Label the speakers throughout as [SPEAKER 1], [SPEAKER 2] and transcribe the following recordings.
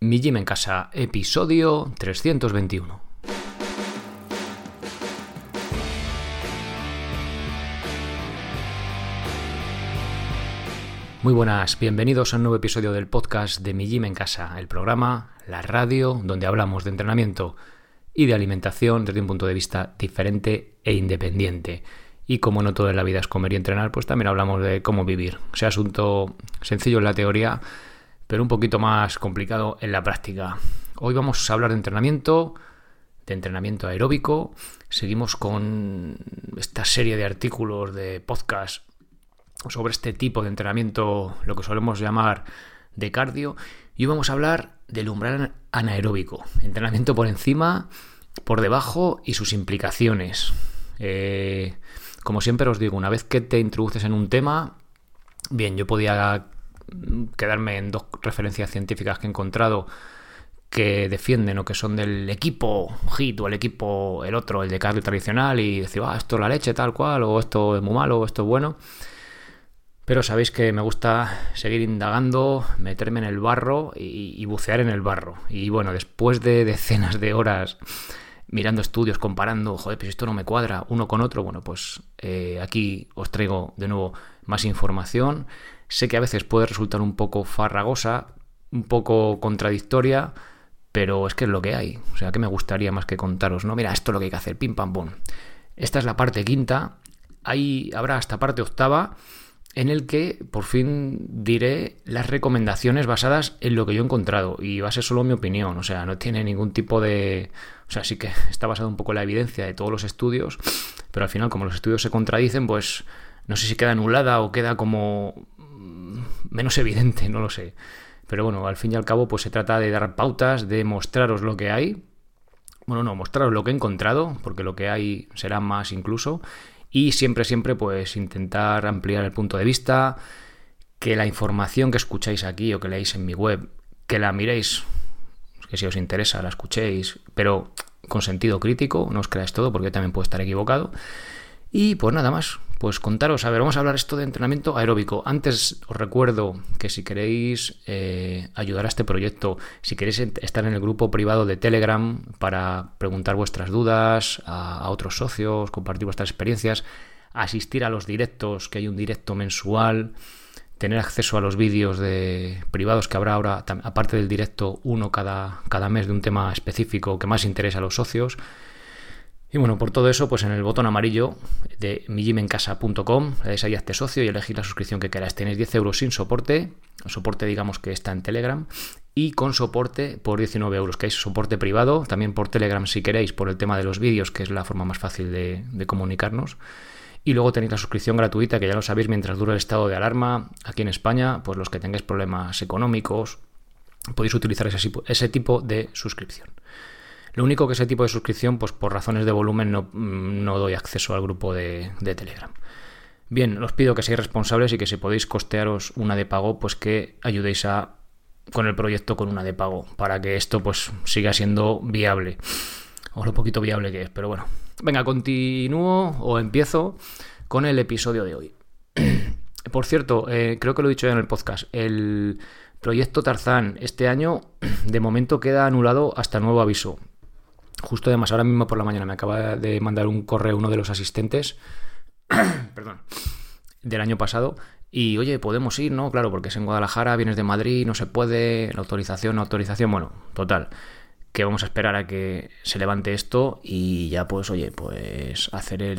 [SPEAKER 1] Mi Gym en Casa, episodio 321. Muy buenas, bienvenidos a un nuevo episodio del podcast de Mi Gym en Casa, el programa, la radio, donde hablamos de entrenamiento y de alimentación desde un punto de vista diferente e independiente. Y como no todo en la vida es comer y entrenar, pues también hablamos de cómo vivir. O sea, asunto sencillo en la teoría, pero un poquito más complicado en la práctica. Hoy vamos a hablar de entrenamiento aeróbico. Seguimos con esta serie de artículos, de podcast sobre este tipo de entrenamiento, lo que solemos llamar de cardio. Y hoy vamos a hablar del umbral anaeróbico, entrenamiento por encima, por debajo y sus implicaciones. Como siempre os digo, una vez que te introduces en un tema, bien, yo podía quedarme en dos referencias científicas que he encontrado que defienden o que son del equipo HIIT o el otro, el de cardio tradicional, y decir, esto es la leche tal cual, o esto es muy malo, o esto es bueno. Pero sabéis que me gusta seguir indagando, meterme en el barro y bucear en el barro. Y bueno, después de decenas de horas mirando estudios, comparando, pues esto no me cuadra uno con otro, bueno, pues aquí os traigo de nuevo más información. Sé que a veces puede resultar un poco farragosa, un poco contradictoria, pero es que es lo que hay. O sea, que me gustaría más que contaros, ¿no? Mira, esto es lo que hay que hacer, pim, pam, pum. Esta es la parte quinta. Ahí habrá hasta parte octava, en el que por fin diré las recomendaciones basadas en lo que yo he encontrado. Y va a ser solo mi opinión, o sea, no tiene ningún tipo de... O sea, sí que está basado un poco en la evidencia de todos los estudios, pero al final, como los estudios se contradicen, pues no sé si queda anulada o queda como menos evidente, no lo sé. Pero bueno, al fin y al cabo, pues se trata de dar pautas, de mostraros lo que hay. Bueno, no, mostraros lo que he encontrado, porque lo que hay será más incluso. Y siempre, pues intentar ampliar el punto de vista, que la información que escucháis aquí o que leáis en mi web, que la miréis, que si os interesa la escuchéis, pero con sentido crítico, no os creáis todo porque yo también puedo estar equivocado. Y pues nada más, pues contaros, vamos a hablar esto de entrenamiento aeróbico. Antes os recuerdo que si queréis ayudar a este proyecto, si queréis estar en el grupo privado de Telegram para preguntar vuestras dudas a otros socios, compartir vuestras experiencias, asistir a los directos, que hay un directo mensual, tener acceso a los vídeos privados que habrá ahora, aparte del directo, uno cada mes de un tema específico que más interesa a los socios. Y bueno, por todo eso, pues en el botón amarillo de migymencasa.com le dais ahí a este socio y elegís la suscripción que queráis. Tenéis 10 euros sin soporte, el soporte digamos que está en Telegram, y con soporte por 19 euros, que hay soporte privado, también por Telegram si queréis, por el tema de los vídeos, que es la forma más fácil de comunicarnos. Y luego tenéis la suscripción gratuita, que ya lo sabéis, mientras dura el estado de alarma aquí en España, pues los que tengáis problemas económicos, podéis utilizar ese tipo de suscripción. Lo único que ese tipo de suscripción, pues por razones de volumen no doy acceso al grupo de Telegram. Bien, os pido que seáis responsables y que si podéis costearos una de pago, pues que ayudéis con el proyecto con una de pago, para que esto pues siga siendo viable. O lo poquito viable que es, pero bueno. Venga, continúo o empiezo con el episodio de hoy. Por cierto, creo que lo he dicho ya en el podcast, el proyecto Tarzán este año de momento queda anulado hasta nuevo aviso. Justo además, ahora mismo por la mañana me acaba de mandar un correo uno de los asistentes perdón, del año pasado. Y oye, podemos ir, ¿no? Claro, porque es en Guadalajara, vienes de Madrid, no se puede, la autorización, bueno, total, que vamos a esperar a que se levante esto y ya pues, oye, pues hacer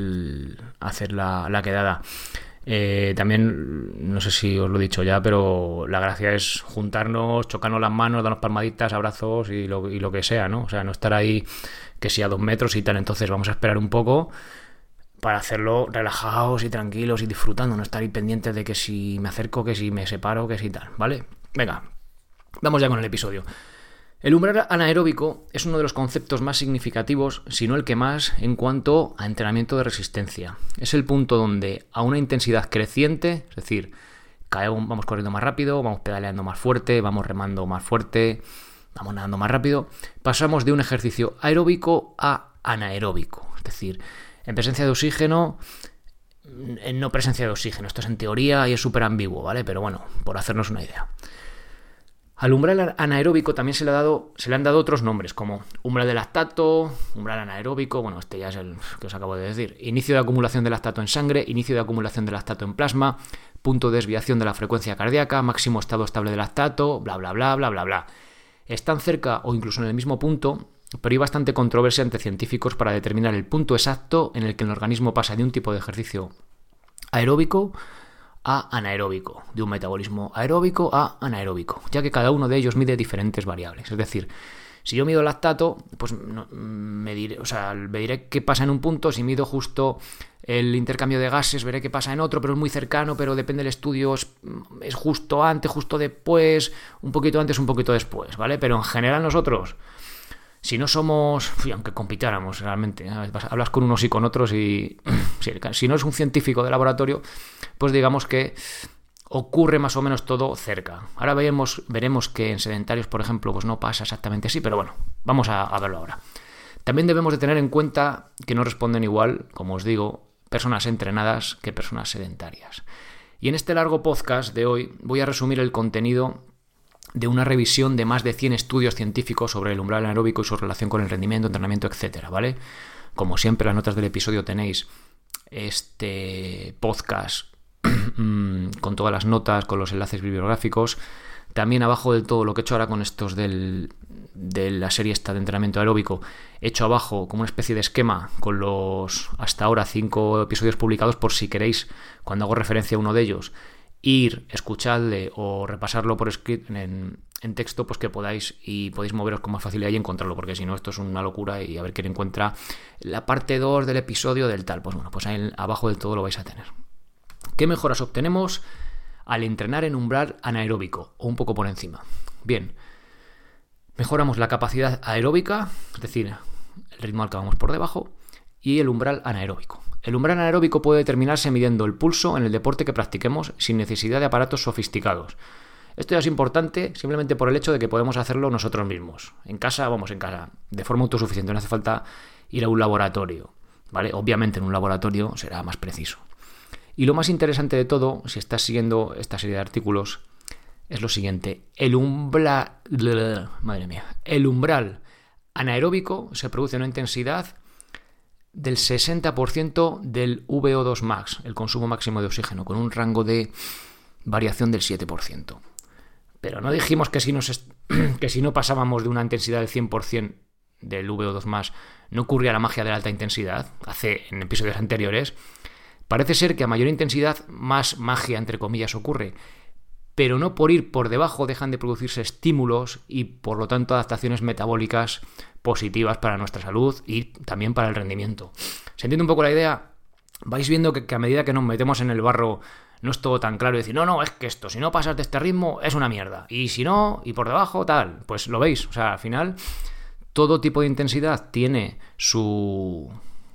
[SPEAKER 1] la quedada. También, no sé si os lo he dicho ya, pero la gracia es juntarnos, chocarnos las manos, darnos palmaditas, abrazos y lo que sea, ¿no? O sea, no estar ahí que si a 2 metros y tal. Entonces vamos a esperar un poco para hacerlo relajados y tranquilos y disfrutando, no estar ahí pendientes de que si me acerco, que si me separo, que si tal, ¿vale? Venga, vamos ya con el episodio. El umbral anaeróbico es uno de los conceptos más significativos, si no el que más, en cuanto a entrenamiento de resistencia. Es el punto donde a una intensidad creciente, es decir, vamos corriendo más rápido, vamos pedaleando más fuerte, vamos remando más fuerte, vamos nadando más rápido, pasamos de un ejercicio aeróbico a anaeróbico. Es decir, en presencia de oxígeno, en no presencia de oxígeno. Esto es en teoría y es súper ambiguo, ¿vale? Pero bueno, por hacernos una idea. Al umbral anaeróbico también se le han dado otros nombres, como umbral de lactato, umbral anaeróbico, bueno, este ya es el que os acabo de decir, inicio de acumulación de lactato en sangre, inicio de acumulación de lactato en plasma, punto de desviación de la frecuencia cardíaca, máximo estado estable de lactato, bla, bla, bla, bla, bla, bla. Están cerca o incluso en el mismo punto, pero hay bastante controversia entre científicos para determinar el punto exacto en el que el organismo pasa de un tipo de ejercicio aeróbico a anaeróbico, de un metabolismo aeróbico a anaeróbico, ya que cada uno de ellos mide diferentes variables. Es decir, si yo mido lactato, pues me diré qué pasa en un punto. Si mido justo el intercambio de gases, veré qué pasa en otro, pero es muy cercano, pero depende del estudio, es justo antes, justo después, un poquito antes, un poquito después, ¿vale? Pero en general nosotros, si no somos, aunque compitáramos realmente, hablas con unos y con otros y si no es un científico de laboratorio, pues digamos que ocurre más o menos todo cerca. Ahora veremos que en sedentarios, por ejemplo, pues no pasa exactamente así, pero bueno, vamos a verlo ahora. También debemos de tener en cuenta que no responden igual, como os digo, personas entrenadas que personas sedentarias. Y en este largo podcast de hoy voy a resumir el contenido de una revisión de más de 100 estudios científicos sobre el umbral anaeróbico y su relación con el rendimiento, entrenamiento, etcétera, ¿vale? Como siempre, en las notas del episodio tenéis este podcast con todas las notas, con los enlaces bibliográficos. También abajo del todo lo que he hecho ahora con estos de la serie esta de entrenamiento aeróbico, he hecho abajo como una especie de esquema con los hasta ahora 5 episodios publicados, por si queréis, cuando hago referencia a uno de ellos, ir, escucharle o repasarlo por escrito en texto, pues que podéis moveros con más facilidad y encontrarlo, porque si no esto es una locura y a ver quién encuentra la parte 2 del episodio del tal. Pues bueno, pues ahí abajo del todo lo vais a tener. ¿Qué mejoras obtenemos al entrenar en umbral anaeróbico o un poco por encima? Bien, mejoramos la capacidad aeróbica, es decir, el ritmo al que vamos por debajo, y el umbral anaeróbico. El umbral anaeróbico puede determinarse midiendo el pulso en el deporte que practiquemos sin necesidad de aparatos sofisticados. Esto ya es importante simplemente por el hecho de que podemos hacerlo nosotros mismos. En casa, de forma autosuficiente, no hace falta ir a un laboratorio, ¿vale? Obviamente en un laboratorio será más preciso. Y lo más interesante de todo, si estás siguiendo esta serie de artículos, es lo siguiente. El umbral anaeróbico se produce a una intensidad del 60% del VO2 max, el consumo máximo de oxígeno, con un rango de variación del 7%. Pero no dijimos que si no pasábamos de una intensidad del 100% del VO2 max, no ocurría la magia de la alta intensidad, en episodios anteriores. Parece ser que a mayor intensidad, más magia, entre comillas, ocurre, pero no por ir por debajo dejan de producirse estímulos y, por lo tanto, adaptaciones metabólicas positivas para nuestra salud y también para el rendimiento. ¿Se entiende un poco la idea? Vais viendo que a medida que nos metemos en el barro no es todo tan claro y decir, no, es que esto, si no pasas de este ritmo, es una mierda. Y si no, y por debajo, tal, pues lo veis. O sea, al final, todo tipo de intensidad tiene su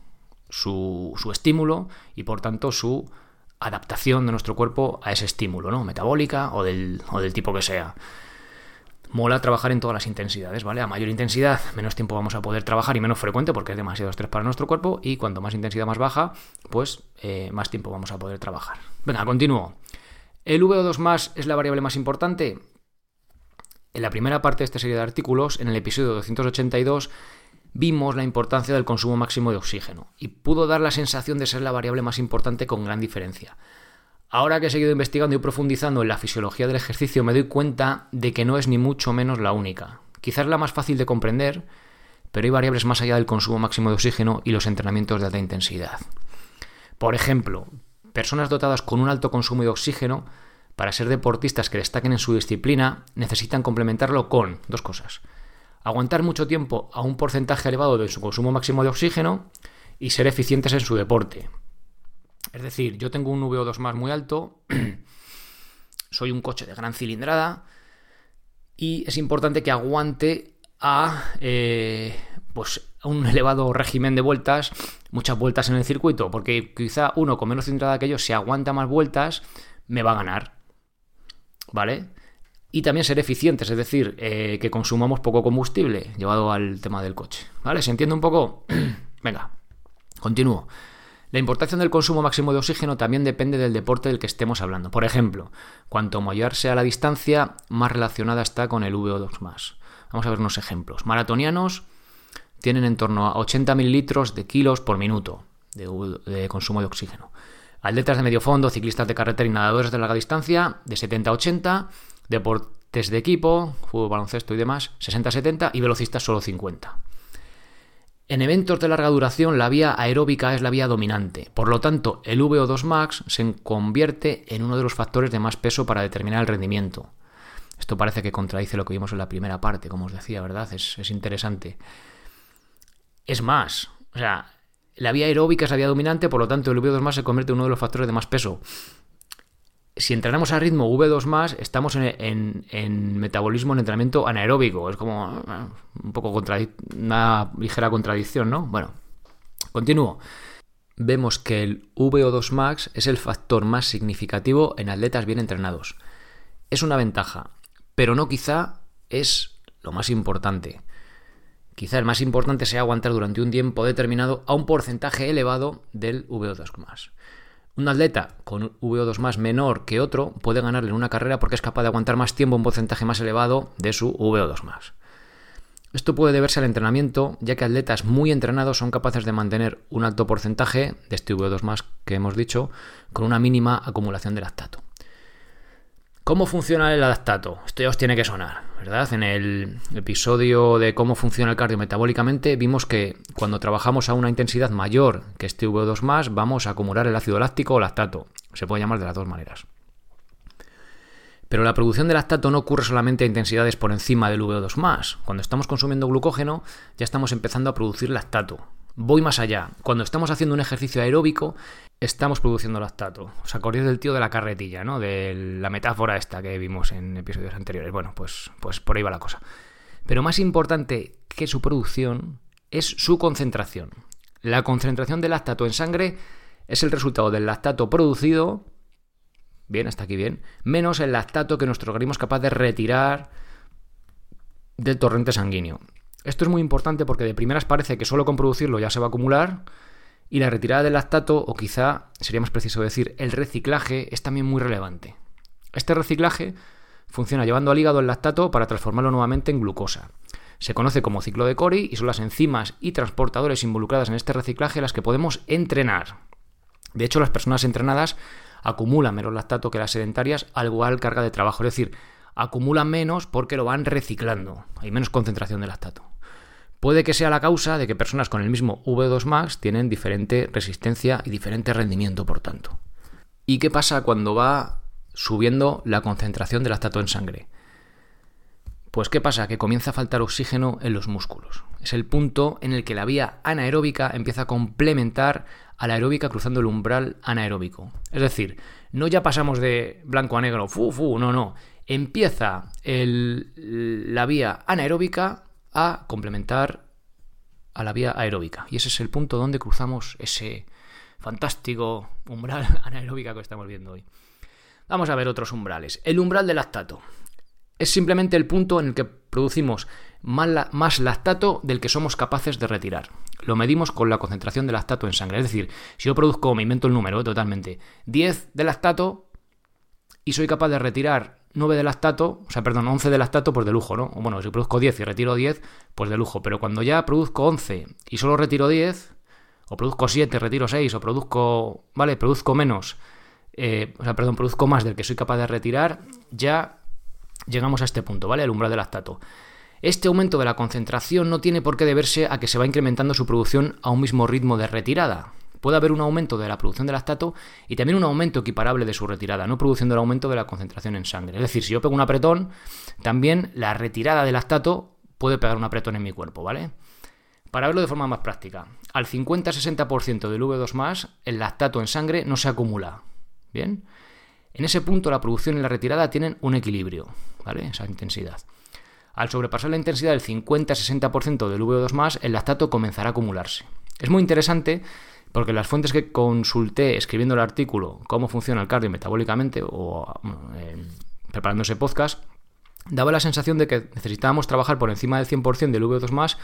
[SPEAKER 1] estímulo y por tanto su adaptación de nuestro cuerpo a ese estímulo, ¿no? Metabólica o del tipo que sea. Mola trabajar en todas las intensidades, ¿vale? A mayor intensidad, menos tiempo vamos a poder trabajar y menos frecuente porque es demasiado estrés para nuestro cuerpo, y cuanto más intensidad más baja, pues más tiempo vamos a poder trabajar. Venga, continúo. ¿El VO2 más es la variable más importante? En la primera parte de esta serie de artículos, en el episodio 282, vimos la importancia del consumo máximo de oxígeno y pudo dar la sensación de ser la variable más importante con gran diferencia. Ahora que he seguido investigando y profundizando en la fisiología del ejercicio, me doy cuenta de que no es ni mucho menos la única. Quizás la más fácil de comprender, pero hay variables más allá del consumo máximo de oxígeno y los entrenamientos de alta intensidad. Por ejemplo, personas dotadas con un alto consumo de oxígeno, para ser deportistas que destaquen en su disciplina, necesitan complementarlo con dos cosas: aguantar mucho tiempo a un porcentaje elevado de su consumo máximo de oxígeno y ser eficientes en su deporte. Es decir, yo tengo un VO2 más muy alto, soy un coche de gran cilindrada y es importante que aguante a un elevado régimen de vueltas, muchas vueltas en el circuito, porque quizá uno con menos cilindrada que yo, si aguanta más vueltas, me va a ganar, ¿vale? Y también ser eficientes, es decir, que consumamos poco combustible, llevado al tema del coche, ¿vale? ¿Se entiende un poco? Venga, continúo. La importancia del consumo máximo de oxígeno también depende del deporte del que estemos hablando. Por ejemplo, cuanto mayor sea la distancia, más relacionada está con el VO2+. Vamos a ver unos ejemplos. Maratonianos tienen en torno a 80 mililitros de kilos por minuto de consumo de oxígeno. Atletas de medio fondo, ciclistas de carretera y nadadores de larga distancia, de 70 a 80, deportes de equipo, fútbol, baloncesto y demás, 60 a 70 y velocistas solo 50. En eventos de larga duración, la vía aeróbica es la vía dominante. Por lo tanto, el VO2 max se convierte en uno de los factores de más peso para determinar el rendimiento. Esto parece que contradice lo que vimos en la primera parte, como os decía, ¿verdad? Es interesante. Es más, la vía aeróbica es la vía dominante, por lo tanto, el VO2 max se convierte en uno de los factores de más peso. Si entrenamos a ritmo V2+, estamos en metabolismo en entrenamiento anaeróbico. Es como un poco una ligera contradicción, ¿no? Bueno, continúo. Vemos que el VO2 max es el factor más significativo en atletas bien entrenados. Es una ventaja, pero no quizá es lo más importante. Quizá el más importante sea aguantar durante un tiempo determinado a un porcentaje elevado del VO2 max. Un atleta con VO2 menor que otro puede ganarle en una carrera porque es capaz de aguantar más tiempo un porcentaje más elevado de su VO2. Esto puede deberse al entrenamiento, ya que atletas muy entrenados son capaces de mantener un alto porcentaje de este VO2 que hemos dicho con una mínima acumulación de lactato. ¿Cómo funciona el lactato? Esto ya os tiene que sonar, ¿verdad? En el episodio de cómo funciona el cardio metabólicamente vimos que cuando trabajamos a una intensidad mayor que este VO2+, vamos a acumular el ácido láctico o lactato. Se puede llamar de las dos maneras. Pero la producción de lactato no ocurre solamente a intensidades por encima del VO2+. Cuando estamos consumiendo glucógeno ya estamos empezando a producir lactato. Voy más allá. Cuando estamos haciendo un ejercicio aeróbico, estamos produciendo lactato. ¿Os acordáis del tío de la carretilla, ¿no? De la metáfora esta que vimos en episodios anteriores. Bueno, pues por ahí va la cosa. Pero más importante que su producción es su concentración. La concentración de lactato en sangre es el resultado del lactato producido, bien, hasta aquí bien, menos el lactato que nuestro organismo es capaz de retirar del torrente sanguíneo. Esto es muy importante porque de primeras parece que solo con producirlo ya se va a acumular y la retirada del lactato, o quizá sería más preciso decir el reciclaje, es también muy relevante. Este reciclaje funciona llevando al hígado el lactato para transformarlo nuevamente en glucosa. Se conoce como ciclo de Cori y son las enzimas y transportadores involucradas en este reciclaje las que podemos entrenar. De hecho, las personas entrenadas acumulan menos lactato que las sedentarias al igual carga de trabajo, es decir, acumulan menos porque lo van reciclando, hay menos concentración de lactato. Puede que sea la causa de que personas con el mismo VO2 max tienen diferente resistencia y diferente rendimiento, por tanto. ¿Y qué pasa cuando va subiendo la concentración de lactato en sangre? Pues ¿qué pasa? Que comienza a faltar oxígeno en los músculos. Es el punto en el que la vía anaeróbica empieza a complementar a la aeróbica cruzando el umbral anaeróbico. Es decir, no ya pasamos de blanco a negro, no. Empieza la vía anaeróbica a complementar a la vía aeróbica. Y ese es el punto donde cruzamos ese fantástico umbral anaeróbica que estamos viendo hoy. Vamos a ver otros umbrales. El umbral del lactato. Es simplemente el punto en el que producimos más lactato del que somos capaces de retirar. Lo medimos con la concentración de lactato en sangre. Es decir, si yo produzco, me invento el número totalmente, 10 de lactato y soy capaz de retirar 11 de lactato, pues de lujo, ¿no? Bueno, si produzco 10 y retiro 10, pues de lujo. Pero cuando ya produzco 11 y solo retiro 10, o produzco 7, retiro 6, o produzco menos, produzco más del que soy capaz de retirar, ya llegamos a este punto, ¿vale? El umbral del lactato. Este aumento de la concentración no tiene por qué deberse a que se va incrementando su producción a un mismo ritmo de retirada. Puede haber un aumento de la producción de lactato y también un aumento equiparable de su retirada, no produciendo el aumento de la concentración en sangre. Es decir, si yo pego un apretón, también la retirada de lactato puede pegar un apretón en mi cuerpo, ¿vale? Para verlo de forma más práctica, al 50-60% del V2+, el lactato en sangre no se acumula, ¿bien? En ese punto la producción y la retirada tienen un equilibrio, ¿vale? Esa intensidad. Al sobrepasar la intensidad del 50-60% del V2+, el lactato comenzará a acumularse. Es muy interesante porque las fuentes que consulté escribiendo el artículo Cómo funciona el cardio metabólicamente o preparando ese podcast, daba la sensación de que necesitábamos trabajar por encima del 100% del V2+,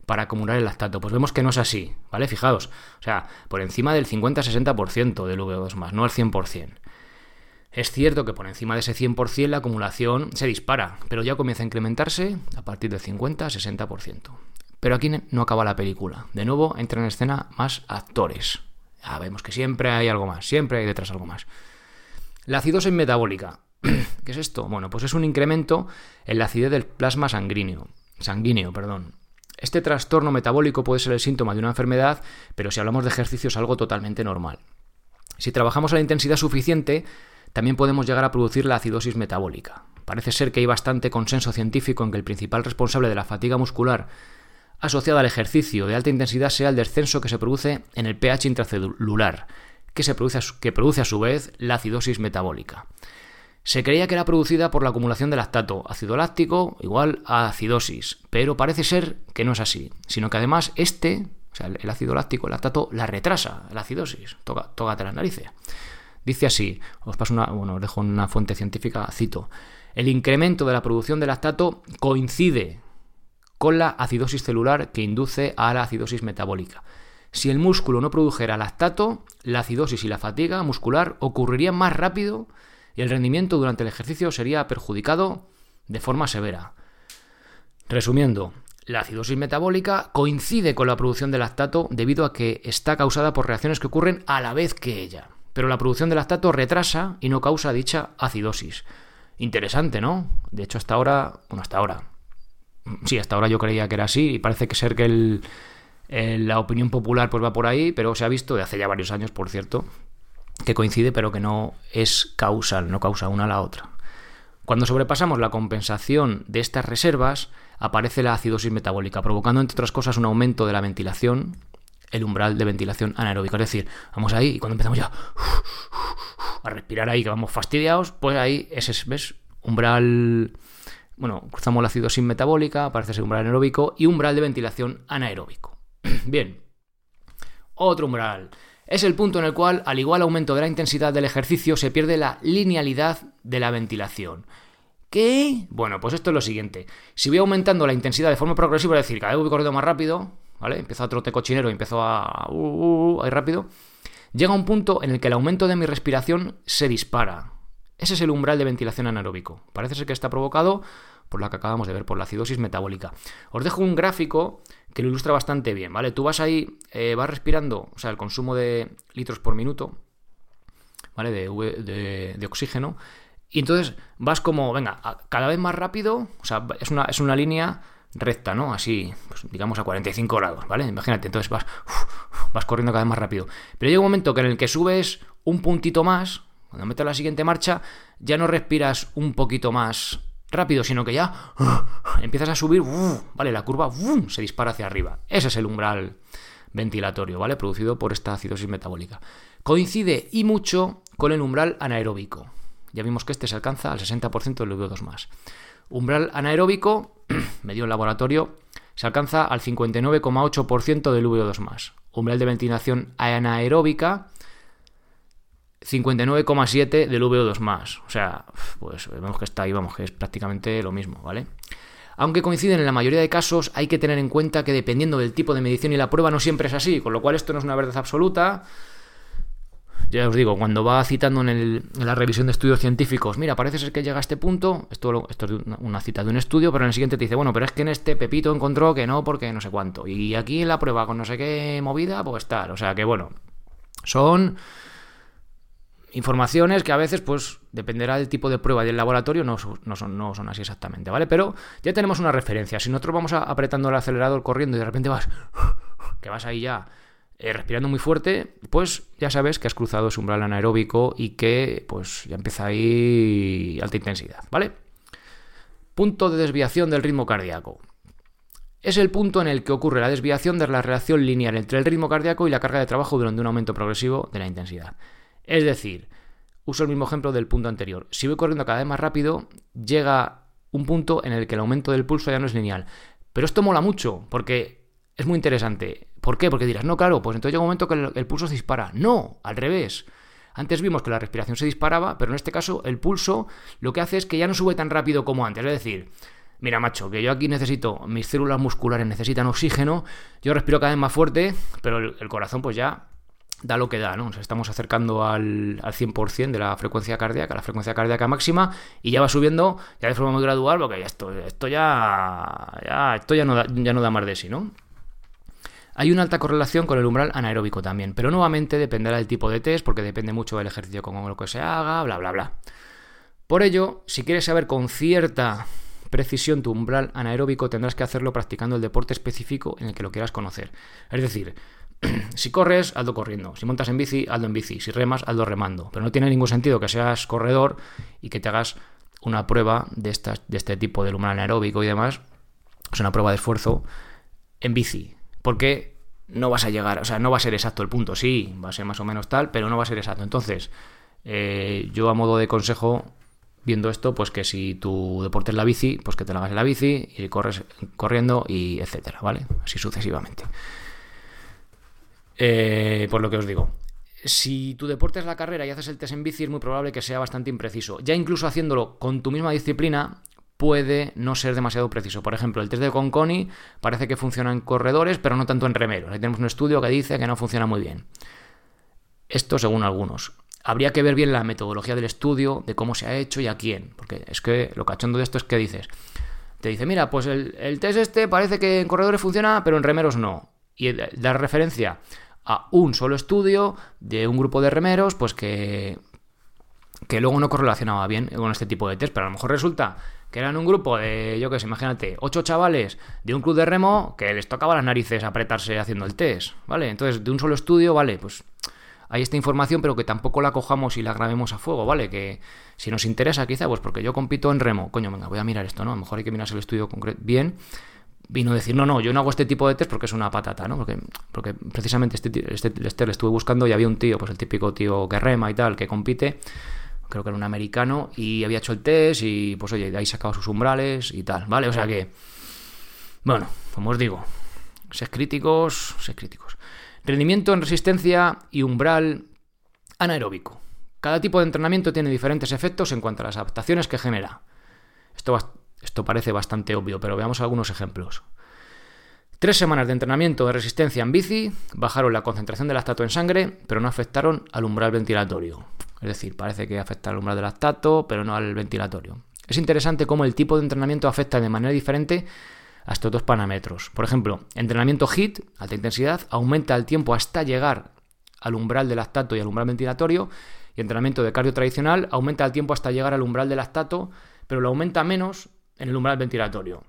[SPEAKER 1] para acumular el lactato. Pues vemos que no es así, ¿vale? Fijaos, o sea, por encima del 50-60% del VO2+, no al 100%. Es cierto que por encima de ese 100% la acumulación se dispara, pero ya comienza a incrementarse a partir del 50-60%. Pero aquí no acaba la película. De nuevo entran en escena más actores. Ya vemos que siempre hay algo más, siempre hay detrás algo más. La acidosis metabólica. ¿Qué es esto? Bueno, pues es un incremento en la acidez del plasma sanguíneo. Este trastorno metabólico puede ser el síntoma de una enfermedad, pero si hablamos de ejercicio es algo totalmente normal. Si trabajamos a la intensidad suficiente, también podemos llegar a producir la acidosis metabólica. Parece ser que hay bastante consenso científico en que el principal responsable de la fatiga muscular asociada al ejercicio de alta intensidad sea el descenso que se produce en el pH intracelular, que produce a su vez la acidosis metabólica. Se creía que era producida por la acumulación de lactato, ácido láctico igual a acidosis, pero parece ser que no es así, sino que además el ácido láctico, el lactato, la retrasa, la acidosis. Tócate las narices. Dice así, os dejo una fuente científica, cito: el incremento de la producción de lactato coincide con la acidosis celular que induce a la acidosis metabólica. Si el músculo no produjera lactato, la acidosis y la fatiga muscular ocurrirían más rápido y el rendimiento durante el ejercicio sería perjudicado de forma severa. Resumiendo, la acidosis metabólica coincide con la producción de lactato debido a que está causada por reacciones que ocurren a la vez que ella. Pero la producción de lactato retrasa y no causa dicha acidosis. Interesante, ¿no? De hecho, hasta ahora yo creía que era así y parece que ser que la opinión popular pues va por ahí, pero se ha visto de hace ya varios años, por cierto, que coincide pero que no es causal, no causa una a la otra. Cuando sobrepasamos la compensación de estas reservas, aparece la acidosis metabólica, provocando entre otras cosas un aumento de la ventilación, el umbral de ventilación anaeróbica. Es decir, vamos ahí y cuando empezamos ya a respirar ahí, que vamos fastidiados, pues ahí ese, ¿ves? Umbral, cruzamos la acidosis metabólica, aparece ese umbral anaeróbico y umbral de ventilación anaeróbico. Bien, otro umbral. Es el punto en el cual, al igual aumento de la intensidad del ejercicio, se pierde la linealidad de la ventilación. ¿Qué? Bueno, pues esto es lo siguiente. Si voy aumentando la intensidad de forma progresiva, es decir, cada vez voy corriendo más rápido, ¿vale? Empezó a trote cochinero y empezó a ir rápido. Llega un punto en el que el aumento de mi respiración se dispara. Ese es el umbral de ventilación anaeróbico. Parece ser que está provocado por la que acabamos de ver, por la acidosis metabólica. Os dejo un gráfico que lo ilustra bastante bien, ¿vale? Tú vas ahí, vas respirando, o sea, el consumo de litros por minuto, ¿vale? De oxígeno. Y entonces vas como, venga, cada vez más rápido, o sea, es una línea recta, ¿no? Así, pues, digamos a 45 grados, ¿vale? Imagínate, entonces vas corriendo cada vez más rápido. Pero llega un momento en el que subes un puntito más, cuando metes la siguiente marcha, ya no respiras un poquito más rápido, sino que ya empiezas a subir, ¿vale? La curva se dispara hacia arriba. Ese es el umbral ventilatorio, ¿vale? Producido por esta acidosis metabólica. Coincide y mucho con el umbral anaeróbico. Ya vimos que este se alcanza al 60% del VO2+. Umbral anaeróbico, medido en laboratorio, se alcanza al 59,8% del VO2+. Umbral de ventilación anaeróbica, 59,7% del VO2+. O sea, pues vemos que está ahí, que es prácticamente lo mismo, ¿vale? Aunque coinciden en la mayoría de casos, hay que tener en cuenta que dependiendo del tipo de medición y la prueba no siempre es así, con lo cual esto no es una verdad absoluta. Ya os digo, cuando va citando en la revisión de estudios científicos, mira, parece ser que llega a este punto, esto es una cita de un estudio, pero en el siguiente te dice, bueno, pero es que en este Pepito encontró que no, porque no sé cuánto. Y aquí en la prueba con no sé qué movida, pues tal. O sea que bueno, son informaciones que a veces, pues, dependerá del tipo de prueba y del laboratorio, no son así exactamente, ¿vale? Pero ya tenemos una referencia. Si nosotros vamos apretando el acelerador corriendo y de repente vas ahí ya respirando muy fuerte, pues ya sabes que has cruzado ese umbral anaeróbico y que pues ya empieza ahí alta intensidad, ¿vale? Punto de desviación del ritmo cardíaco. Es el punto en el que ocurre la desviación de la relación lineal entre el ritmo cardíaco y la carga de trabajo durante un aumento progresivo de la intensidad. Es decir, uso el mismo ejemplo del punto anterior. Si voy corriendo cada vez más rápido, llega un punto en el que el aumento del pulso ya no es lineal. Pero esto mola mucho, porque es muy interesante. ¿Por qué? Porque dirás, no, claro, pues entonces llega un momento que el pulso se dispara. No, al revés. Antes vimos que la respiración se disparaba, pero en este caso el pulso lo que hace es que ya no sube tan rápido como antes. Es decir, mira macho, que yo aquí mis células musculares necesitan oxígeno, yo respiro cada vez más fuerte, pero el corazón pues ya da lo que da, ¿no? Nos estamos acercando al 100% de la frecuencia cardíaca, la frecuencia cardíaca máxima, y ya va subiendo ya de forma muy gradual, porque esto ya no da más de sí, ¿no? Hay una alta correlación con el umbral anaeróbico también, pero nuevamente dependerá del tipo de test, porque depende mucho del ejercicio con lo que se haga, bla, bla, bla. Por ello, si quieres saber con cierta precisión tu umbral anaeróbico, tendrás que hacerlo practicando el deporte específico en el que lo quieras conocer. Es decir, si corres, hazlo corriendo. Si montas en bici, hazlo en bici. Si remas, hazlo remando. Pero no tiene ningún sentido que seas corredor y que te hagas una prueba de este tipo del umbral anaeróbico y demás, o sea, una prueba de esfuerzo en bici. Porque no vas a llegar, o sea, no va a ser exacto el punto. Sí, va a ser más o menos tal, pero no va a ser exacto. Entonces, yo a modo de consejo, viendo esto, pues que si tu deporte es la bici, pues que te la hagas en la bici y corres corriendo y etcétera, ¿vale? Así sucesivamente. Por lo que os digo, si tu deporte es la carrera y haces el test en bici, es muy probable que sea bastante impreciso. Ya incluso haciéndolo con tu misma disciplina puede no ser demasiado preciso. Por ejemplo, el test de Conconi parece que funciona en corredores, pero no tanto en remeros. Ahí tenemos un estudio que dice que no funciona muy bien. Esto según algunos. Habría que ver bien la metodología del estudio, de cómo se ha hecho y a quién. Porque es que lo cachondo de esto es que te dice, mira, pues el test parece que en corredores funciona, pero en remeros no. Y dar referencia a un solo estudio de un grupo de remeros, pues que luego no correlacionaba bien con este tipo de test, pero a lo mejor resulta que eran un grupo de, yo qué sé, imagínate, 8 chavales de un club de remo que les tocaba las narices apretarse haciendo el test, ¿vale? Entonces, de un solo estudio, vale, pues hay esta información, pero que tampoco la cojamos y la grabemos a fuego, ¿vale? Que si nos interesa quizá, pues porque yo compito en remo, coño, venga, voy a mirar esto, ¿no? A lo mejor hay que mirarse el estudio bien, y no decir, no, yo no hago este tipo de test porque es una patata, ¿no? Porque precisamente este test lo estuve buscando y había un tío, pues el típico tío que rema y tal, que compite, creo que era un americano, y había hecho el test y, pues oye, de ahí sacaba sus umbrales y tal, ¿vale? O sea que, bueno, como os digo, sed críticos. Rendimiento en resistencia y umbral anaeróbico. Cada tipo de entrenamiento tiene diferentes efectos en cuanto a las adaptaciones que genera. Esto parece bastante obvio, pero veamos algunos ejemplos. 3 semanas de entrenamiento de resistencia en bici bajaron la concentración de lactato en sangre, pero no afectaron al umbral ventilatorio. Es decir, parece que afecta al umbral de lactato, pero no al ventilatorio. Es interesante cómo el tipo de entrenamiento afecta de manera diferente a estos dos parámetros. Por ejemplo, entrenamiento HIIT, alta intensidad, aumenta el tiempo hasta llegar al umbral de lactato y al umbral ventilatorio, y entrenamiento de cardio tradicional aumenta el tiempo hasta llegar al umbral de lactato, pero lo aumenta menos en el umbral ventilatorio.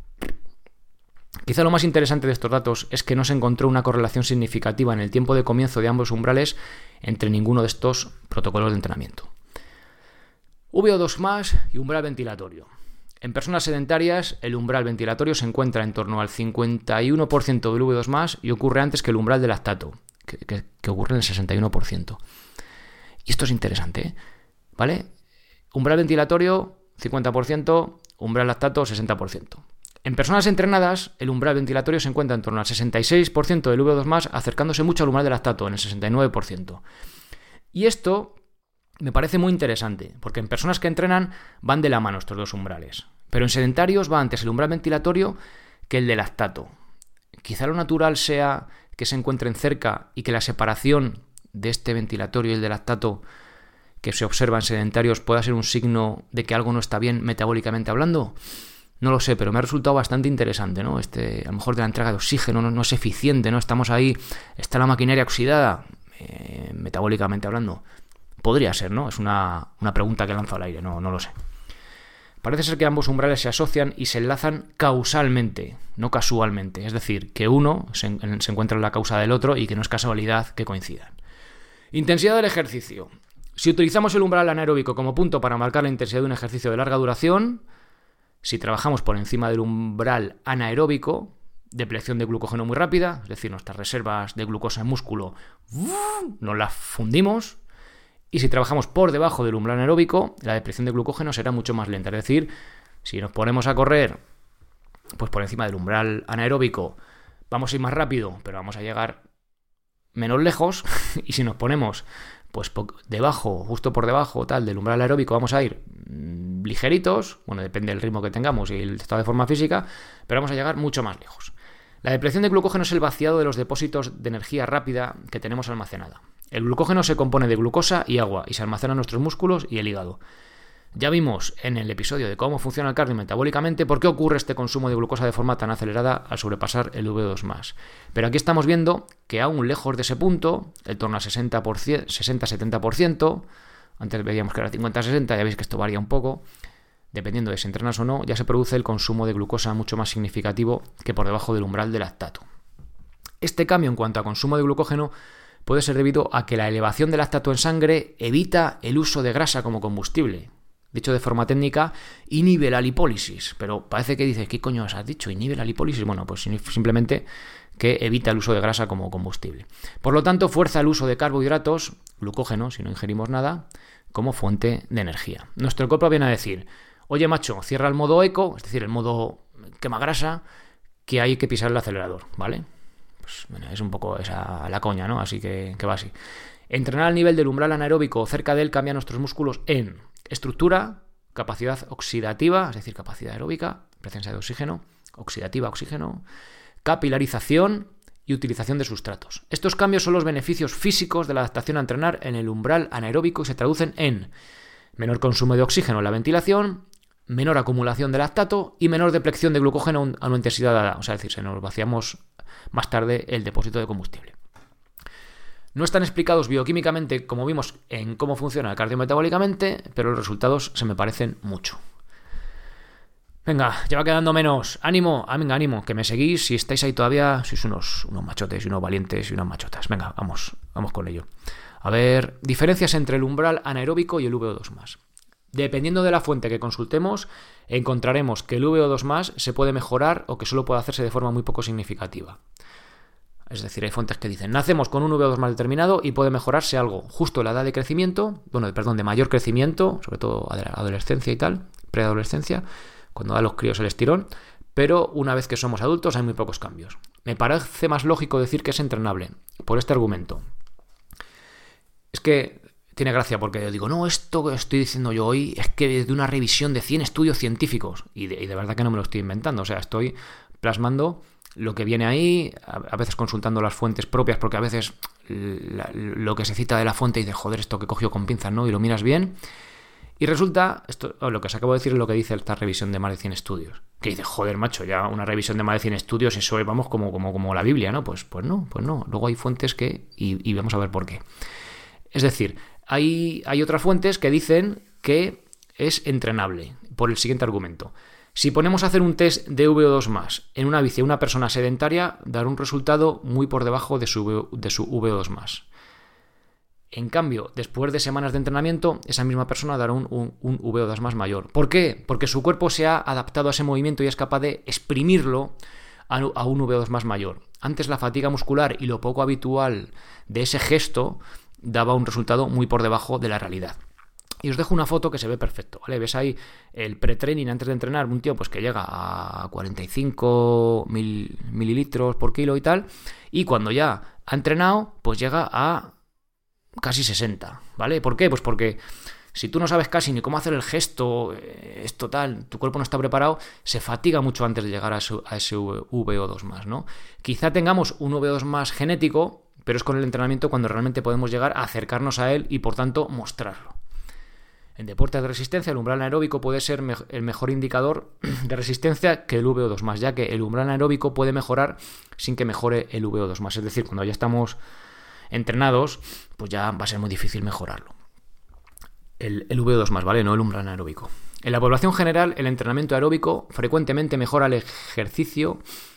[SPEAKER 1] Quizá lo más interesante de estos datos es que no se encontró una correlación significativa en el tiempo de comienzo de ambos umbrales entre ninguno de estos protocolos de entrenamiento. VO2+ y umbral ventilatorio. En personas sedentarias, el umbral ventilatorio se encuentra en torno al 51% del VO2+ y ocurre antes que el umbral de lactato, que ocurre en el 61%. Y esto es interesante, ¿vale? Umbral ventilatorio, 50%, umbral lactato, 60%. En personas entrenadas, el umbral ventilatorio se encuentra en torno al 66% del VO2+, acercándose mucho al umbral de lactato, en el 69%. Y esto me parece muy interesante, porque en personas que entrenan van de la mano estos dos umbrales. Pero en sedentarios va antes el umbral ventilatorio que el de lactato. Quizá lo natural sea que se encuentren cerca y que la separación de este ventilatorio y el de lactato que se observa en sedentarios pueda ser un signo de que algo no está bien metabólicamente hablando. No lo sé, pero me ha resultado bastante interesante, ¿no? A lo mejor de la entrega de oxígeno no es eficiente, ¿no? Estamos ahí, está la maquinaria oxidada, metabólicamente hablando. Podría ser, ¿no? Es una pregunta que lanzo al aire, no lo sé. Parece ser que ambos umbrales se asocian y se enlazan causalmente, no casualmente. Es decir, que uno se encuentra en la causa del otro y que no es casualidad que coincidan. Intensidad del ejercicio. Si utilizamos el umbral anaeróbico como punto para marcar la intensidad de un ejercicio de larga duración, si trabajamos por encima del umbral anaeróbico, depleción de glucógeno muy rápida, es decir, nuestras reservas de glucosa en músculo nos las fundimos, y si trabajamos por debajo del umbral anaeróbico, la depleción de glucógeno será mucho más lenta. Es decir, si nos ponemos a correr pues por encima del umbral anaeróbico, vamos a ir más rápido, pero vamos a llegar menos lejos, y si nos ponemos pues debajo, justo por debajo tal del umbral aeróbico vamos a ir ligeritos, bueno, depende del ritmo que tengamos y el estado de forma física, pero vamos a llegar mucho más lejos. La depleción de glucógeno es el vaciado de los depósitos de energía rápida que tenemos almacenada. El glucógeno se compone de glucosa y agua y se almacena en nuestros músculos y el hígado. Ya vimos en el episodio de cómo funciona el cardio metabólicamente por qué ocurre este consumo de glucosa de forma tan acelerada al sobrepasar el VO2+. Pero aquí estamos viendo que aún lejos de ese punto, en torno al 60-70%, antes veíamos que era 50-60, ya veis que esto varía un poco, dependiendo de si entrenas o no, ya se produce el consumo de glucosa mucho más significativo que por debajo del umbral de lactato. Este cambio en cuanto a consumo de glucógeno puede ser debido a que la elevación del lactato en sangre evita el uso de grasa como combustible. Dicho de forma técnica, inhibe la lipólisis. Pero parece que dices, ¿qué coño has dicho? ¿Inhibe la lipólisis? Bueno, pues simplemente que evita el uso de grasa como combustible. Por lo tanto, fuerza el uso de carbohidratos, glucógeno, si no ingerimos nada, como fuente de energía. Nuestro cuerpo viene a decir, oye macho, cierra el modo eco, es decir, el modo quema grasa, que hay que pisar el acelerador, ¿vale? Pues bueno, es un poco esa la coña, ¿no? Así que va así. Entrenar al nivel del umbral anaeróbico o cerca de él cambia nuestros músculos en estructura, capacidad oxidativa, es decir, capacidad aeróbica, presencia de oxígeno, oxidativa, oxígeno, capilarización y utilización de sustratos. Estos cambios son los beneficios físicos de la adaptación a entrenar en el umbral anaeróbico y se traducen en menor consumo de oxígeno en la ventilación, menor acumulación de lactato y menor depleción de glucógeno a una intensidad dada. O sea, es decir, se nos vaciamos más tarde el depósito de combustible. No están explicados bioquímicamente como vimos en cómo funciona el cardio metabólicamente, pero los resultados se me parecen mucho. Venga, ya va quedando menos. ¡Ánimo! Venga, ánimo, que me seguís si estáis ahí todavía, sois unos machotes y unos valientes y unas machotas. Venga, vamos con ello. A ver, diferencias entre el umbral anaeróbico y el VO2+. Dependiendo de la fuente que consultemos, encontraremos que el VO2+ se puede mejorar o que solo puede hacerse de forma muy poco significativa. Es decir, hay fuentes que dicen, nacemos con un VO2+ determinado y puede mejorarse algo justo en la edad de crecimiento, de mayor crecimiento, sobre todo adolescencia y tal, preadolescencia, cuando da a los críos el estirón, pero una vez que somos adultos hay muy pocos cambios. Me parece más lógico decir que es entrenable, por este argumento. Es que tiene gracia porque yo digo, no, esto que estoy diciendo yo hoy es que de una revisión de 100 estudios científicos, y de verdad que no me lo estoy inventando, o sea, estoy plasmando lo que viene ahí, a veces consultando las fuentes propias, porque a veces lo que se cita de la fuente y dices, joder, esto que cogió con pinzas, ¿no? Y lo miras bien. Y resulta, lo que os acabo de decir es lo que dice esta revisión de más de 100 estudios. Que dice, joder, macho, ya una revisión de más de 100 estudios, eso es, vamos, como la Biblia, ¿no? Pues no. Luego hay fuentes que, y vamos a ver por qué. Es decir, hay otras fuentes que dicen que es entrenable, por el siguiente argumento. Si ponemos a hacer un test de VO2+ en una bici a una persona sedentaria, dará un resultado muy por debajo de su VO2+. En cambio, después de semanas de entrenamiento, esa misma persona dará un VO2+ mayor. ¿Por qué? Porque su cuerpo se ha adaptado a ese movimiento y es capaz de exprimirlo a un VO2+ mayor. Antes la fatiga muscular y lo poco habitual de ese gesto daba un resultado muy por debajo de la realidad. Y os dejo una foto que se ve perfecto, ¿vale? Ves ahí el pre-training antes de entrenar, un tío pues que llega a 45 mililitros por kilo y tal, y cuando ya ha entrenado, pues llega a casi 60, ¿vale? ¿Por qué? Pues porque si tú no sabes casi ni cómo hacer el gesto, es total, tu cuerpo no está preparado, se fatiga mucho antes de llegar a ese VO2+, ¿no? Quizá tengamos un VO2+ genético, pero es con el entrenamiento cuando realmente podemos llegar a acercarnos a él y por tanto mostrarlo. En deportes de resistencia, el umbral anaeróbico puede ser el mejor indicador de resistencia que el VO2+, ya que el umbral anaeróbico puede mejorar sin que mejore el VO2+. Es decir, cuando ya estamos entrenados, pues ya va a ser muy difícil mejorarlo. El VO2+, ¿vale? No el umbral anaeróbico. En la población general, el entrenamiento aeróbico frecuentemente mejora el ejercicio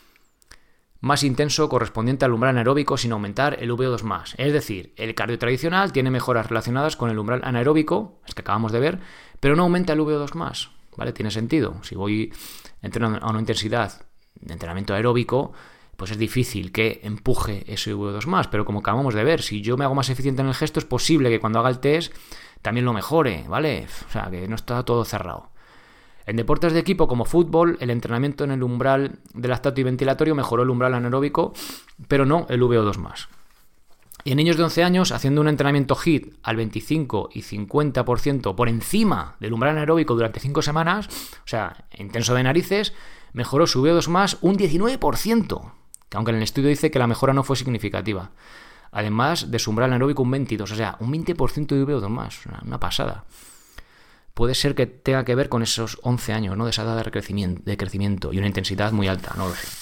[SPEAKER 1] más intenso correspondiente al umbral anaeróbico sin aumentar el VO2+. Es decir, el cardio tradicional tiene mejoras relacionadas con el umbral anaeróbico, es que acabamos de ver, pero no aumenta el VO2+, ¿vale? Tiene sentido. Si voy entrenando a una intensidad de entrenamiento aeróbico, pues es difícil que empuje ese VO2+, pero como acabamos de ver, si yo me hago más eficiente en el gesto, es posible que cuando haga el test también lo mejore, ¿vale? O sea, que no está todo cerrado. En deportes de equipo como fútbol, el entrenamiento en el umbral de lactato y ventilatorio mejoró el umbral anaeróbico, pero no el VO2+. Y en niños de 11 años, haciendo un entrenamiento HIIT al 25 y 50% por encima del umbral anaeróbico durante 5 semanas, o sea, intenso de narices, mejoró su VO2 más un 19%, que aunque en el estudio dice que la mejora no fue significativa. Además de su umbral anaeróbico un 22%, o sea, un 20% de VO2 más, una pasada. Puede ser que tenga que ver con esos 11 años, ¿no? De esa edad de crecimiento y una intensidad muy alta, no lo sé.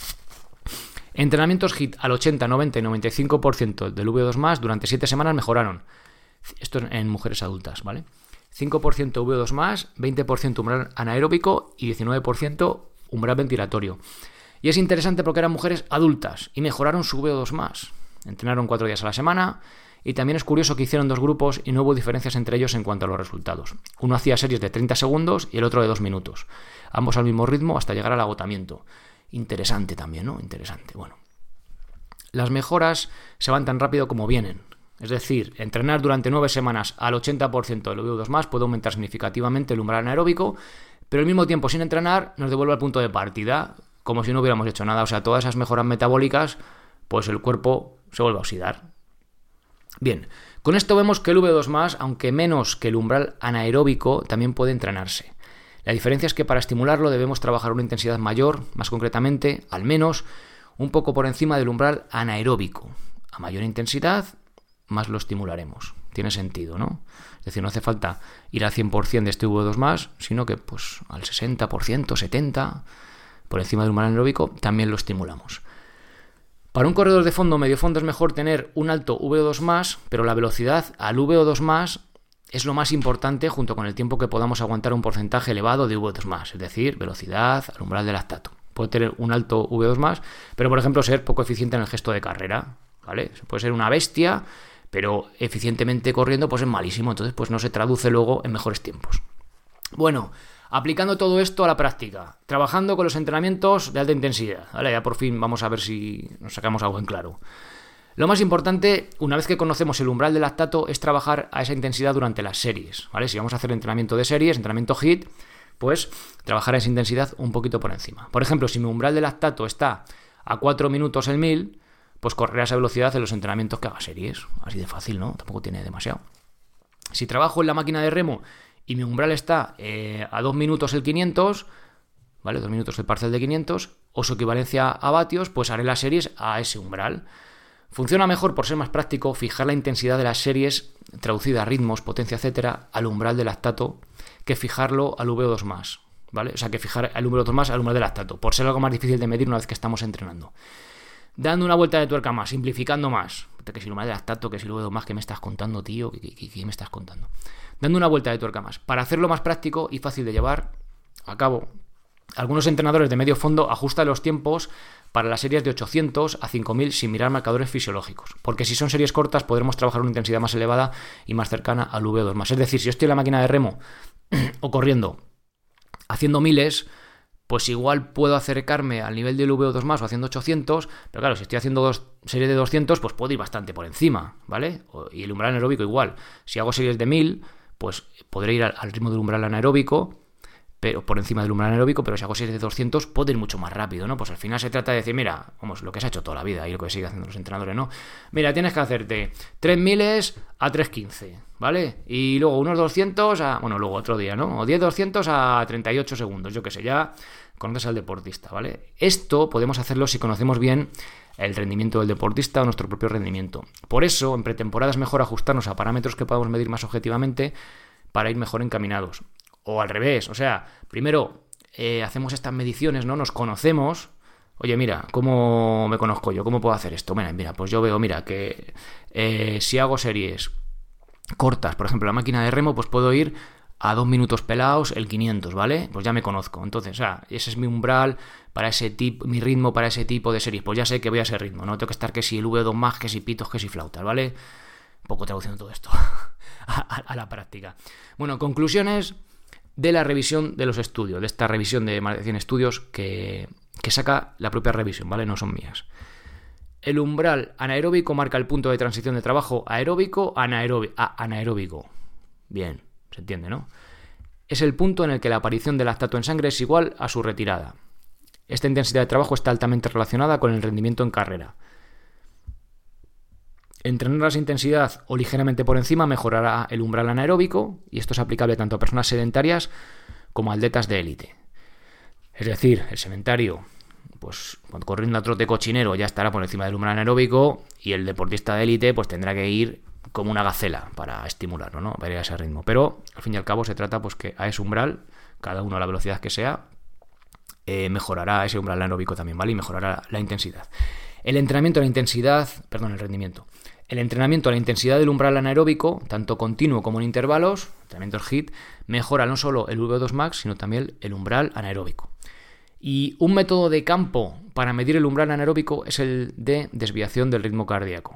[SPEAKER 1] Entrenamientos HIIT al 80, 90 y 95% del VO2 más durante 7 semanas mejoraron. Esto en mujeres adultas, ¿vale? 5% VO2 más, 20% umbral anaeróbico y 19% umbral ventilatorio. Y es interesante porque eran mujeres adultas y mejoraron su VO2 más. Entrenaron 4 días a la semana y también es curioso que hicieron 2 grupos y no hubo diferencias entre ellos en cuanto a los resultados. Uno hacía series de 30 segundos y el otro de 2 minutos. Ambos al mismo ritmo hasta llegar al agotamiento. Interesante también, ¿no? Interesante. Bueno, las mejoras se van tan rápido como vienen. Es decir, entrenar durante 9 semanas al 80% del VO2 más puede aumentar significativamente el umbral anaeróbico, pero al mismo tiempo sin entrenar nos devuelve al punto de partida, como si no hubiéramos hecho nada. O sea, todas esas mejoras metabólicas, pues el cuerpo se vuelve a oxidar. Bien, con esto vemos que el VO2 más, aunque menos que el umbral anaeróbico, también puede entrenarse. La diferencia es que para estimularlo debemos trabajar una intensidad mayor, más concretamente, al menos, un poco por encima del umbral anaeróbico. A mayor intensidad, más lo estimularemos. Tiene sentido, ¿no? Es decir, no hace falta ir al 100% de este VO2 más, sino que pues al 60%, 70%, por encima del umbral anaeróbico, también lo estimulamos. Para un corredor de fondo o medio fondo es mejor tener un alto VO2 más, pero la velocidad al VO2 más es lo más importante junto con el tiempo que podamos aguantar un porcentaje elevado de VO2 más, es decir, velocidad al umbral del lactato. Puede tener un alto VO2 más, pero por ejemplo ser poco eficiente en el gesto de carrera, ¿vale? Puede ser una bestia, pero eficientemente corriendo pues es malísimo, entonces pues no se traduce luego en mejores tiempos. Bueno, aplicando todo esto a la práctica, trabajando con los entrenamientos de alta intensidad, ¿vale? Ya por fin vamos a ver si nos sacamos algo en claro. Lo más importante, una vez que conocemos el umbral del lactato, es trabajar a esa intensidad durante las series, ¿vale? Si vamos a hacer entrenamiento de series, entrenamiento HIIT, pues trabajar a esa intensidad un poquito por encima. Por ejemplo, si mi umbral del lactato está a 4 minutos el 1000, pues correré a esa velocidad en los entrenamientos que haga series. Así de fácil, ¿no? Tampoco tiene demasiado. Si trabajo en la máquina de remo y mi umbral está a 2 minutos el 500, ¿vale? 2 minutos el parcial de 500, o su equivalencia a vatios, pues haré las series a ese umbral. Funciona mejor, por ser más práctico, fijar la intensidad de las series, traducida a ritmos, potencia, etcétera, al umbral del lactato, que fijarlo al VO2 más, ¿vale? O sea, que fijar el VO2 más al umbral del lactato, por ser algo más difícil de medir una vez que estamos entrenando. Dando una vuelta de tuerca más, simplificando más. Que si el umbral del lactato, que si el VO2 más, ¿qué me estás contando, tío? ¿Qué me estás contando? Dando una vuelta de tuerca más. Para hacerlo más práctico y fácil de llevar a cabo, algunos entrenadores de medio fondo ajustan los tiempos para las series de 800 a 5000 sin mirar marcadores fisiológicos, porque si son series cortas podremos trabajar una intensidad más elevada y más cercana al VO2 más. Es decir, si yo estoy en la máquina de remo o corriendo haciendo miles, pues igual puedo acercarme al nivel del VO2 más o haciendo 800, pero claro, si estoy haciendo series de 200, pues puedo ir bastante por encima, ¿vale? Y el umbral anaeróbico igual. Si hago series de 1000, pues podré ir al ritmo del umbral anaeróbico, pero por encima del umbral anaeróbico, pero si hago series de 200 puedo ir mucho más rápido, ¿no? Pues al final se trata de decir, mira, vamos, lo que se ha hecho toda la vida y lo que sigue haciendo los entrenadores, ¿no? Mira, tienes que hacerte 3 miles a 3.15, ¿vale? Y luego unos 200 a, bueno, luego otro día, ¿no? O 10 200 a 38 segundos, yo qué sé, ya conoces al deportista, ¿vale? Esto podemos hacerlo si conocemos bien el rendimiento del deportista o nuestro propio rendimiento. Por eso, en pretemporada es mejor ajustarnos a parámetros que podamos medir más objetivamente para ir mejor encaminados. O al revés, o sea, primero hacemos estas mediciones, ¿no? Nos conocemos. Oye, mira, ¿cómo me conozco yo? ¿Cómo puedo hacer esto? Mira, pues yo veo, mira, que si hago series cortas, por ejemplo, la máquina de remo, pues puedo ir a 2 minutos pelados el 500, ¿vale? Pues ya me conozco. Entonces, o sea, ese es mi umbral para ese tipo, mi ritmo para ese tipo de series. Pues ya sé que voy a ese ritmo, ¿no? Tengo que estar que si el V2 más, que si pitos, que si flautas, ¿vale? Un poco traduciendo todo esto a la práctica. Bueno, conclusiones de la revisión de los estudios, de esta revisión de más de 100 estudios que saca la propia revisión, ¿vale? No son mías. El umbral anaeróbico marca el punto de transición de trabajo aeróbico a anaeróbico. Bien, se entiende, ¿no? Es el punto en el que la aparición del lactato en sangre es igual a su retirada. Esta intensidad de trabajo está altamente relacionada con el rendimiento en carrera. Entrenar a esa intensidad o ligeramente por encima mejorará el umbral anaeróbico, y esto es aplicable tanto a personas sedentarias como a atletas de élite. Es decir, el sedentario, pues cuando corriendo a trote cochinero ya estará por encima del umbral anaeróbico, y el deportista de élite pues tendrá que ir como una gacela para estimularlo, ¿no? Para ir a ese ritmo. Pero al fin y al cabo se trata pues que a ese umbral, cada uno a la velocidad que sea, mejorará ese umbral anaeróbico también, ¿vale? Y mejorará la intensidad. El entrenamiento a la intensidad, el rendimiento. El entrenamiento a la intensidad del umbral anaeróbico, tanto continuo como en intervalos, entrenamientos HIIT, mejora no solo el VO2 max, sino también el umbral anaeróbico. Y un método de campo para medir el umbral anaeróbico es el de desviación del ritmo cardíaco.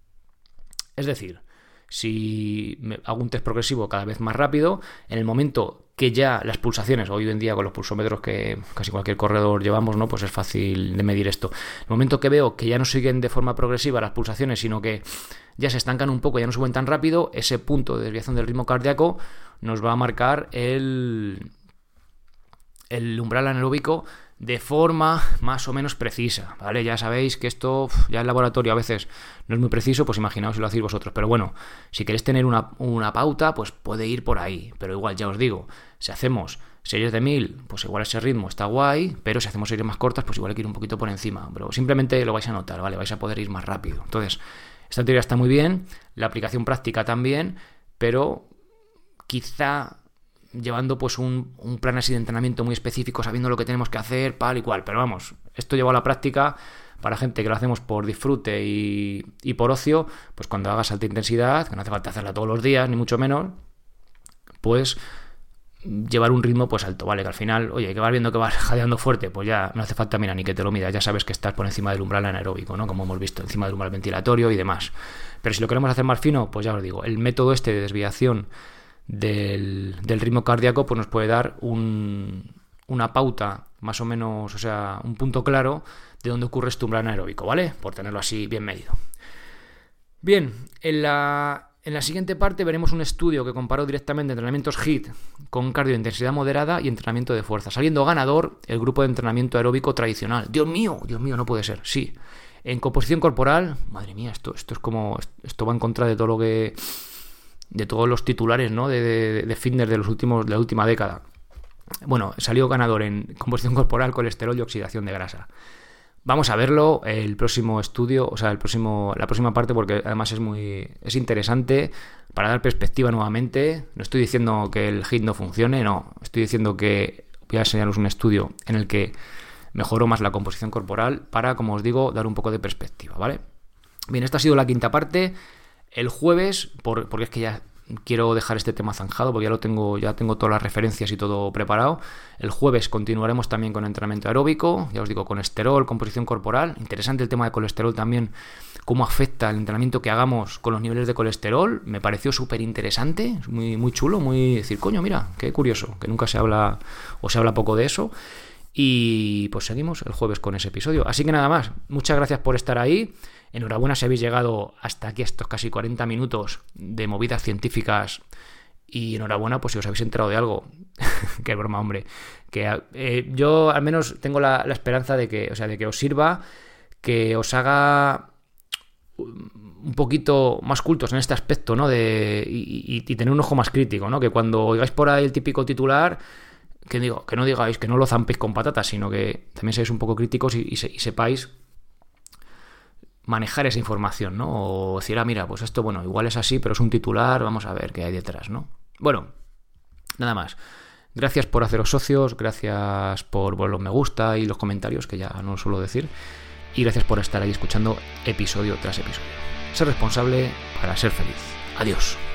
[SPEAKER 1] Es decir, si hago un test progresivo cada vez más rápido, en el momento que ya las pulsaciones, hoy en día con los pulsómetros que casi cualquier corredor llevamos, ¿no? Pues es fácil de medir esto. En el momento que veo que ya no siguen de forma progresiva las pulsaciones, sino que ya se estancan un poco, ya no suben tan rápido, ese punto de desviación del ritmo cardíaco nos va a marcar el umbral anaeróbico de forma más o menos precisa, ¿vale? Ya sabéis que esto ya en laboratorio a veces no es muy preciso, pues imaginaos si lo hacéis vosotros, pero bueno, si queréis tener una pauta, pues puede ir por ahí, pero igual ya os digo, si hacemos series de 1000, pues igual ese ritmo está guay, pero si hacemos series más cortas, pues igual hay que ir un poquito por encima, pero simplemente lo vais a notar, ¿vale? Vais a poder ir más rápido. Entonces, esta teoría está muy bien, la aplicación práctica también, pero quizá llevando pues un plan así de entrenamiento muy específico, sabiendo lo que tenemos que hacer, tal y cual. Pero vamos, esto llevado a la práctica, para gente que lo hacemos por disfrute y por ocio, pues cuando hagas alta intensidad, que no hace falta hacerla todos los días, ni mucho menos, pues llevar un ritmo pues alto, ¿vale? Que al final, oye, que vas viendo que vas jadeando fuerte, pues ya no hace falta, mira, ni que te lo midas, ya sabes que estás por encima del umbral anaeróbico, ¿no? Como hemos visto, encima del umbral ventilatorio y demás. Pero si lo queremos hacer más fino, pues ya os digo, el método este de desviación del ritmo cardíaco pues nos puede dar una pauta más o menos, o sea, un punto claro de dónde ocurre este umbral anaeróbico, ¿vale? Por tenerlo así bien medido. Bien, en la siguiente parte veremos un estudio que comparó directamente entrenamientos HIIT con cardio de intensidad moderada y entrenamiento de fuerza, saliendo ganador el grupo de entrenamiento aeróbico tradicional. Dios mío, no puede ser, sí. En composición corporal, madre mía, esto es como, esto va en contra de todo lo que, de todos los titulares, ¿no? de fitness de la última década. Bueno, salió ganador en composición corporal, colesterol y oxidación de grasa. Vamos a verlo el próximo estudio, o sea, la próxima parte, porque además es interesante para dar perspectiva nuevamente. No estoy diciendo que el HIIT no funcione, no. Estoy diciendo que voy a enseñaros un estudio en el que mejoró más la composición corporal para, como os digo, dar un poco de perspectiva, ¿vale? Bien, esta ha sido la quinta parte. El jueves, porque es que ya quiero dejar este tema zanjado, porque ya tengo todas las referencias y todo preparado. El jueves continuaremos también con entrenamiento aeróbico, ya os digo, colesterol, composición corporal. Interesante el tema de colesterol también, cómo afecta el entrenamiento que hagamos con los niveles de colesterol. Me pareció súper interesante, muy, muy chulo, muy decir, coño, mira, qué curioso, que nunca se habla o se habla poco de eso. Y pues seguimos el jueves con ese episodio. Así que nada más, muchas gracias por estar ahí. Enhorabuena si habéis llegado hasta aquí, estos casi 40 minutos de movidas científicas. Y enhorabuena pues si os habéis enterado de algo. Qué broma, hombre. Que yo al menos tengo la esperanza de que os sirva, que os haga un poquito más cultos en este aspecto, ¿no? Y tener un ojo más crítico, ¿no? Que cuando oigáis por ahí el típico titular, que no digáis, que no lo zampéis con patatas, sino que también seáis un poco críticos y sepáis manejar esa información, ¿no? O decir, mira, pues esto, bueno, igual es así, pero es un titular, vamos a ver qué hay detrás, ¿no? Bueno, nada más. Gracias por haceros socios, gracias por los me gusta y los comentarios, que ya no suelo decir, y gracias por estar ahí escuchando episodio tras episodio. Ser responsable para ser feliz. Adiós.